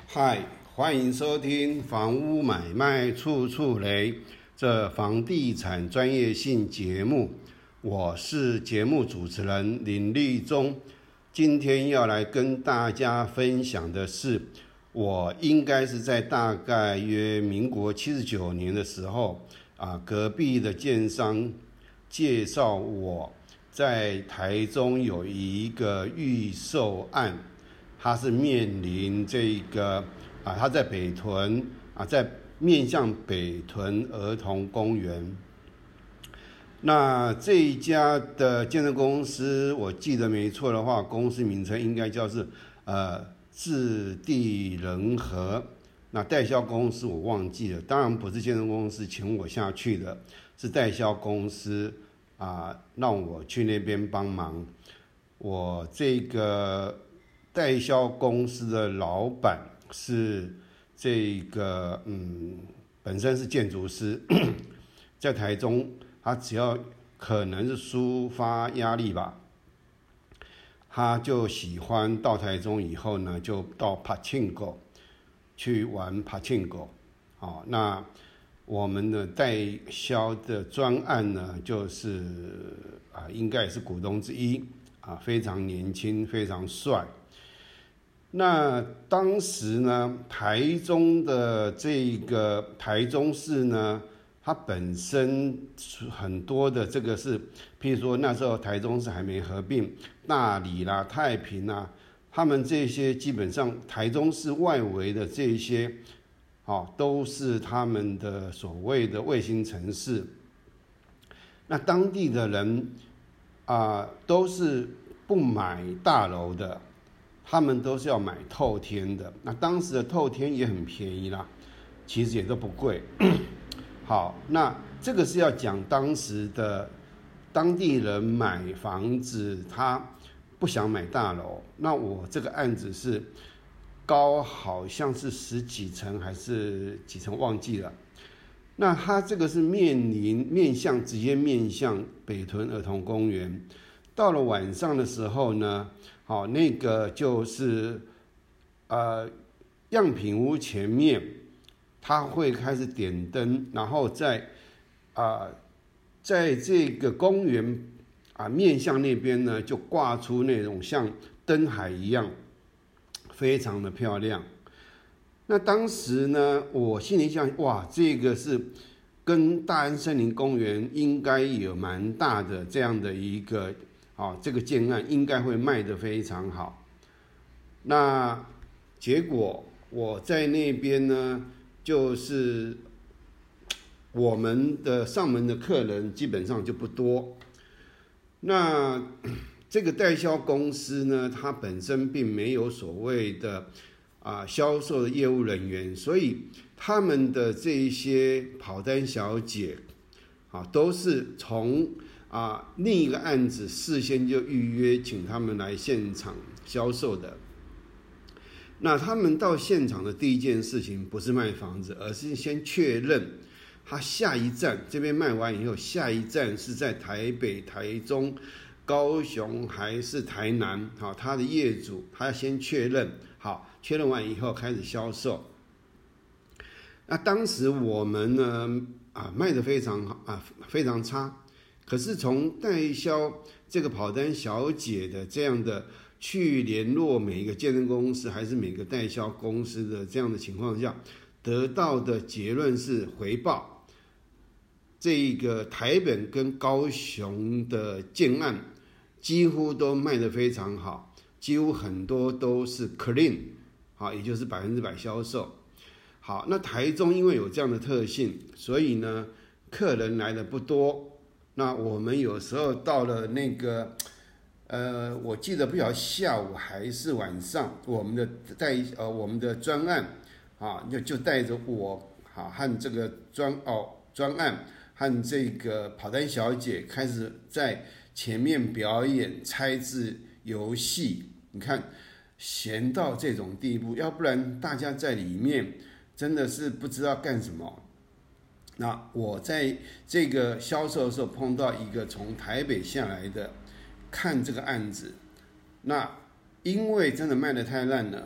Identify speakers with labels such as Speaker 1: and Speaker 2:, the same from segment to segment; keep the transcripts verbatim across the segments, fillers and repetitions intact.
Speaker 1: 嗨，欢迎收听房屋买卖处处雷这房地产专业性节目，我是节目主持人林立忠。今天要来跟大家分享的是，我应该是在大概约民国七十九年的时候啊，隔壁的建商介绍我在台中有一个预售案。他是面临这个啊，他在北屯啊，在面向北屯儿童公园。那这一家的建设公司，我记得没错的话，公司名称应该叫是呃置地人和。那代销公司我忘记了，当然不是建设公司请我下去的，是代销公司啊，让我去那边帮忙。我这个。代销公司的老板是这个嗯，本身是建筑师，在台中，他只要可能是抒发压力吧，他就喜欢到台中以后呢，就到帕庆狗去玩帕庆狗。哦，那我们的代销的专案呢，就是啊，应该也是股东之一啊，非常年轻，非常帅。那当时呢，台中的这个台中市呢，它本身很多的这个是，譬如说那时候台中市还没合并，大里啦、太平啦，他们这些基本上台中市外围的这些，哦，都是他们的所谓的卫星城市。那当地的人啊、呃，都是不买大楼的。他们都是要买透天的，那当时的透天也很便宜啦，其实也都不贵。好，那这个是要讲当时的当地人买房子，他不想买大楼。那我这个案子是高，好像是十几层还是几层忘记了。那他这个是面临面向直接面向北屯儿童公园。到了晚上的时候呢，好，那个就是呃样品屋前面，它会开始点灯，然后在啊、呃、在这个公园啊面向那边呢，就挂出那种像灯海一样，非常的漂亮。那当时呢，我心里想，哇，这个是跟大安森林公园应该有蛮大的这样的一个。哦，这个建案应该会卖得非常好。那结果我在那边呢，就是我们的上门的客人基本上就不多。那这个代销公司呢，它本身并没有所谓的啊销售的业务人员，所以他们的这一些跑单小姐啊，都是从啊，另一个案子事先就预约，请他们来现场销售的。那他们到现场的第一件事情不是卖房子，而是先确认他下一站这边卖完以后，下一站是在台北、台中、高雄还是台南？好，他的业主他要先确认，好，确认完以后开始销售。那当时我们呢，啊，卖得非常好啊，非常差。可是从代销这个跑单小姐的这样的去联络每一个建设公司，还是每个代销公司的这样的情况下，得到的结论是回报，这个台北跟高雄的建案几乎都卖得非常好，几乎很多都是 clean， 好，也就是百分之百销售。好，那台中因为有这样的特性，所以呢，客人来的不多。那我们有时候到了那个，呃，我记得不晓得下午还是晚上，我们的带呃我们的专案啊，就就带着我啊和这个专哦专案和这个跑单小姐开始在前面表演猜字游戏。你看，闲到这种地步，要不然大家在里面真的是不知道干什么。那我在这个销售的时候碰到一个从台北下来的，看这个案子，那因为真的卖得太烂了，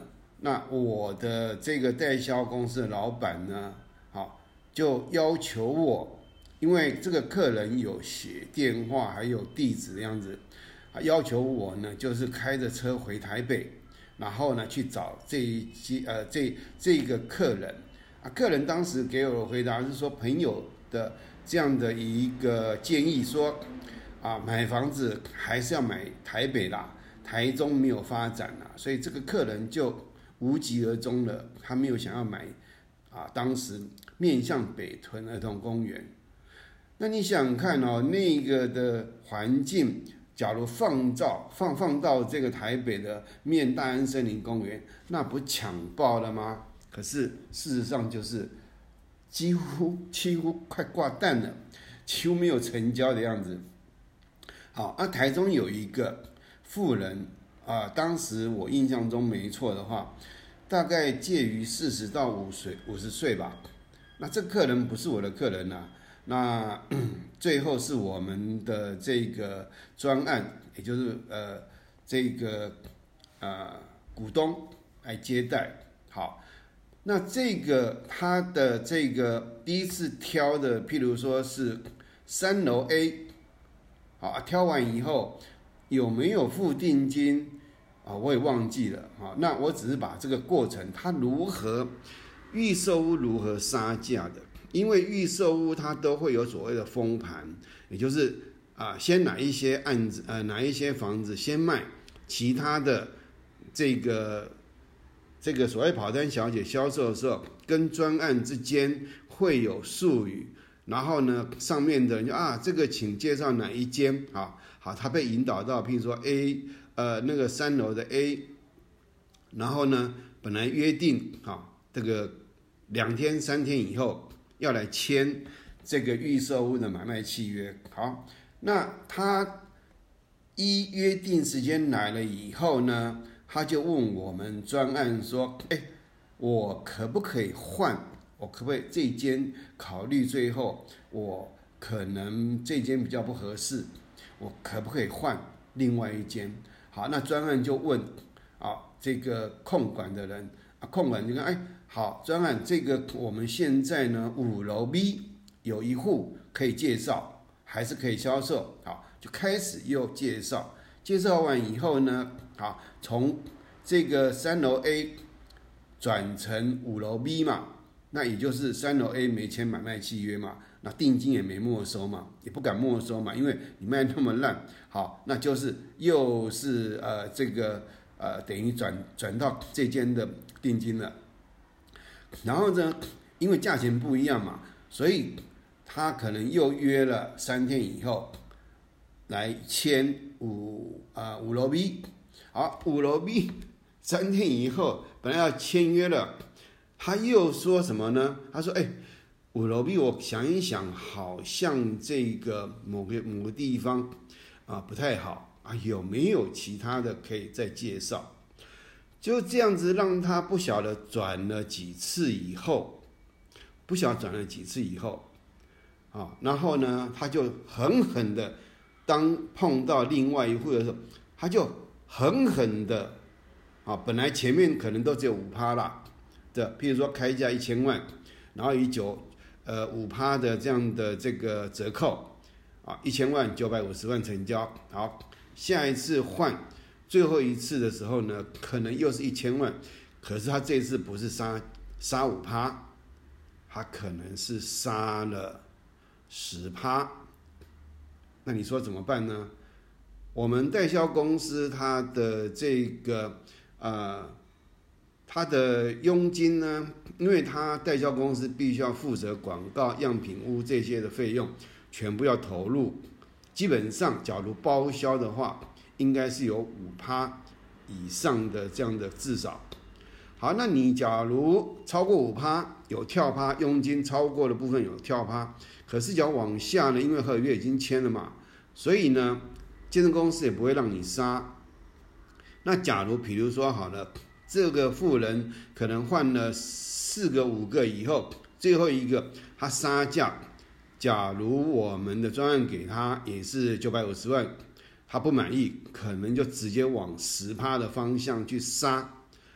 Speaker 1: 那我的这个代销公司的老板呢，好，就要求我，因为这个客人有写电话还有地址的样子，要求我呢就是开着车回台北，然后呢去找这一呃这这个客人啊。客人当时给我的回答是说，朋友的这样的一个建议说，啊买房子还是要买台北啦，台中没有发展啦，所以这个客人就无疾而终了，他没有想要买啊当时面向北屯儿童公园。那你想想看哦，那个的环境，假如放到放放到这个台北的面大安森林公园，那不抢爆了吗？可是事实上就是几乎几乎快挂蛋了，几乎没有成交的样子。好，那台中有一个妇人啊，当时我印象中没错的话，大概介于四十到五岁五十岁吧。那这客人不是我的客人啊。那最后是我们的这个专案，也就是呃这个呃股东来接待。好，那这个他的这个第一次挑的，譬如说是三楼 A， 好，挑完以后有没有付定金啊？我也忘记了啊。那我只是把这个过程，他如何预售屋如何杀价的。因为预售屋它都会有所谓的封盘，也就是啊，先哪一些案子，呃，哪一些房子先卖，其他的这个这个所谓跑单小姐销售的时候，跟专案之间会有术语，然后呢，上面的人就啊，这个请介绍哪一间，好，好，他被引导到，譬如说 A， 呃，那个三楼的 A， 然后呢，本来约定好这个两天三天以后。要来签这个预售屋的买卖契约。好，那他依约定时间来了以后呢，他就问我们专案说：“哎，我可不可以换？我可不可以这间考虑最后我可能这间比较不合适，我可不可以换另外一间？”好，那专案就问啊，这个控管的人啊，控管就跟哎。好，专案这个我们现在呢五楼 B 有一户可以介绍，还是可以销售。好，就开始又介绍，介绍完以后呢，好，从这个三楼 A 转成五楼 B 嘛，那也就是三楼 A 没签买卖契约嘛，那定金也没没收嘛，也不敢没收嘛，因为你卖那么烂。好，那就是又是呃这个呃等于转转到这间的定金了。然后呢，因为价钱不一样嘛，所以他可能又约了三天以后来签五啊五楼 B。好，五楼 B 三天以后本来要签约了，他又说什么呢？他说：“哎，五楼 B 我想一想，好像这个某个某个地方啊不太好啊，有没有其他的可以再介绍？”就这样子让他不晓得转了几次以后，不晓得转了几次以后，啊，然后呢，他就狠狠的，当碰到另外一户的时候，他就狠狠的，啊，本来前面可能都只有五趴啦的，譬如说开价一千万，然后以九呃五趴的这样的这个折扣，啊，一千万九百五十万成交，好，下一次换。最后一次的时候呢，可能又是一千万，可是他这次不是杀杀五趴，他可能是杀了十趴。那你说怎么办呢？我们代销公司它的这个呃，它的佣金呢，因为它代销公司必须要负责广告、样品屋这些的费用，全部要投入。基本上，假如包销的话，应该是有五趴以上的这样的至少。好，那你假如超过五趴有跳趴，佣金超过的部分有跳趴，可是假如往下呢，因为合约已经签了嘛，所以呢，建设公司也不会让你杀。那假如比如说好了，这个富人可能换了四个五个以后，最后一个他杀价，假如我们的专案给他也是九百五十万。他不满意，可能就直接往十趴的方向去杀。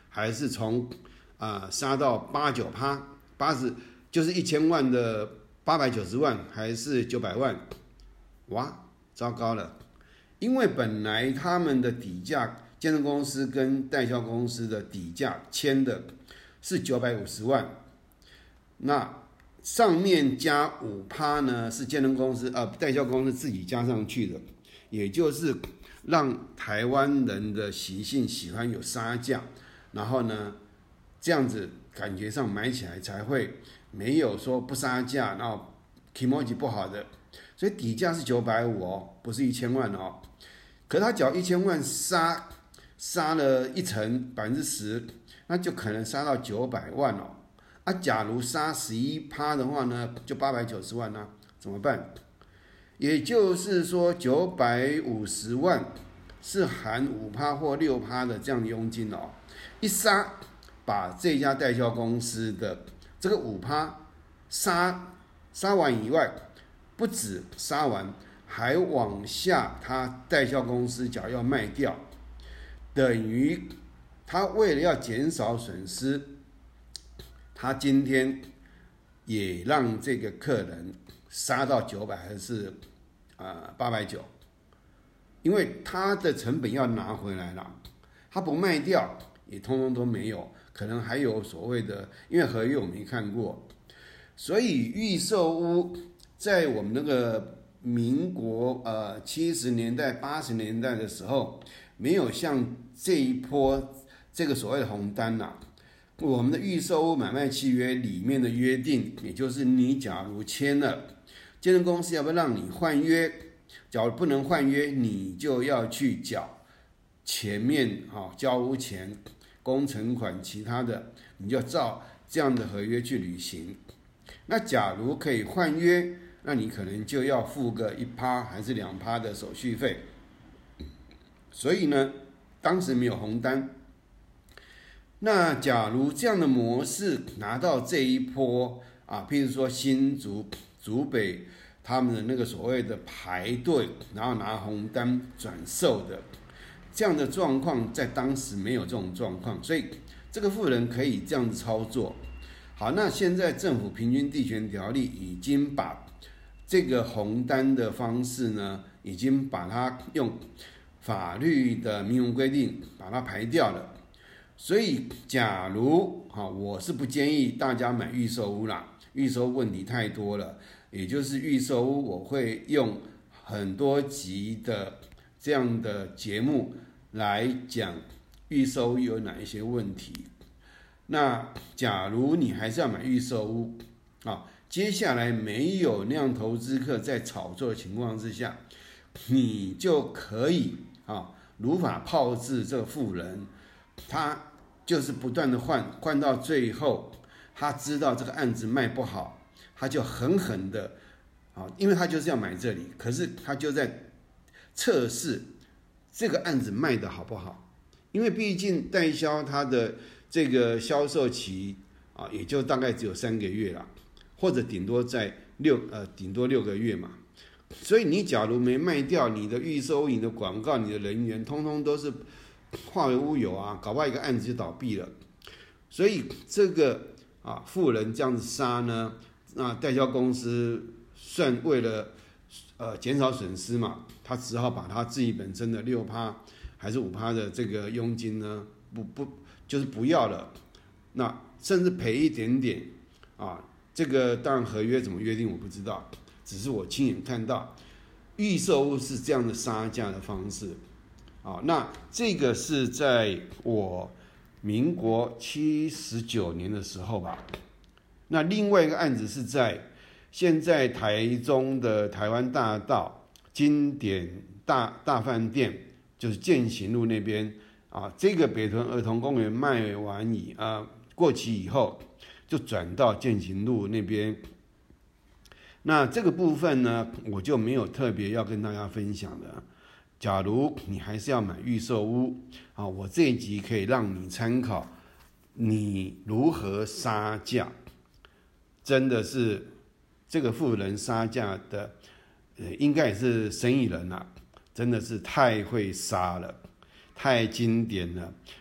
Speaker 1: 还是从啊、呃、杀到八九趴，八十就是一千万的八百九十万，还是九百万？哇，糟糕了！因为本来他们的底价，建设公司跟代销公司的底价签的是九百五十万，那上面加五趴呢是建设公司呃代销公司自己加上去的，也就是让台湾人的习性喜欢有杀价，然后呢这样子感觉上买起来才会没有说不杀价，然后 kimoji 不好的，所以底价是九百五哦，不是一千万哦。可是他缴一千万杀杀了一成百分之十，那就可能杀到九百万哦。啊，假如杀十一趴的话呢，就八百九十万啊，怎么办？也就是说九百五十万是含五趴或六趴的这样的佣金哦。一杀把这家代销公司的这个五趴杀杀完以外，不止杀完，还往下他代销公司假如要卖掉，等于他为了要减少损失，他今天也让这个客人杀到九百还是啊八百九，因为他的成本要拿回来了，他不卖掉也通通都没有，可能还有所谓的，因为合约我没看过，所以预售屋在我们那个民国呃七十年代八十年代的时候，没有像这一波这个所谓的红单呐、啊。我们的预售屋买卖契约里面的约定，也就是你假如签了，建设公司要不要让你换约？假如不能换约，你就要去缴前面啊交屋钱、工程款其他的，你就照这样的合约去履行。那假如可以换约，那你可能就要付个一趴还是两趴的手续费。所以呢，当时没有红单。那假如这样的模式拿到这一波啊，譬如说新竹、竹北他们的那个所谓的排队，然后拿红单转售的这样的状况，在当时没有这种状况，所以这个富人可以这样子操作。好，那现在政府平均地权条例已经把这个红单的方式呢，已经把它用法律的明文规定把它排掉了。所以，假如哈，我是不建议大家买预售屋啦，预售问题太多了。也就是预售屋，我会用很多集的这样的节目来讲预售屋有哪一些问题。那假如你还是要买预售屋啊，接下来没有那样投资客在炒作的情况之下，你就可以啊如法炮制这个富人。他就是不断的换，换到最后，他知道这个案子卖不好，他就狠狠的，啊，因为他就是要买这里，可是他就在测试这个案子卖的好不好，因为毕竟代销他的这个销售期啊，也就大概只有三个月啦，或者顶多在六呃顶多六个月嘛，所以你假如没卖掉，你的预售、你的广告、你的人员，通通都是化为乌有啊，搞不好一个案子就倒闭了。所以这个啊，富人这样子杀呢，那代销公司算为了呃减少损失嘛，他只好把他自己本身的六趴还是五趴的这个佣金呢，不不就是不要了，那甚至赔一点点啊。这个当然合约怎么约定我不知道，只是我亲眼看到预售屋是这样的杀价的方式。啊，那这个是在我民国七十九年的时候吧。那另外一个案子是在现在台中的台湾大道经典大大饭店，就是健行路那边啊。这个北屯儿童公园卖完以啊过期以后，就转到健行路那边。那这个部分呢，我就没有特别要跟大家分享的。假如你还是要买预售屋啊，我这一集可以让你参考，你如何杀价，真的是这个富人杀价的，呃，应该也是生意人啦、啊，真的是太会杀了，太经典了。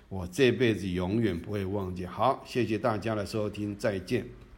Speaker 1: 我这辈子永远不会忘记。好，谢谢大家的收听，再见。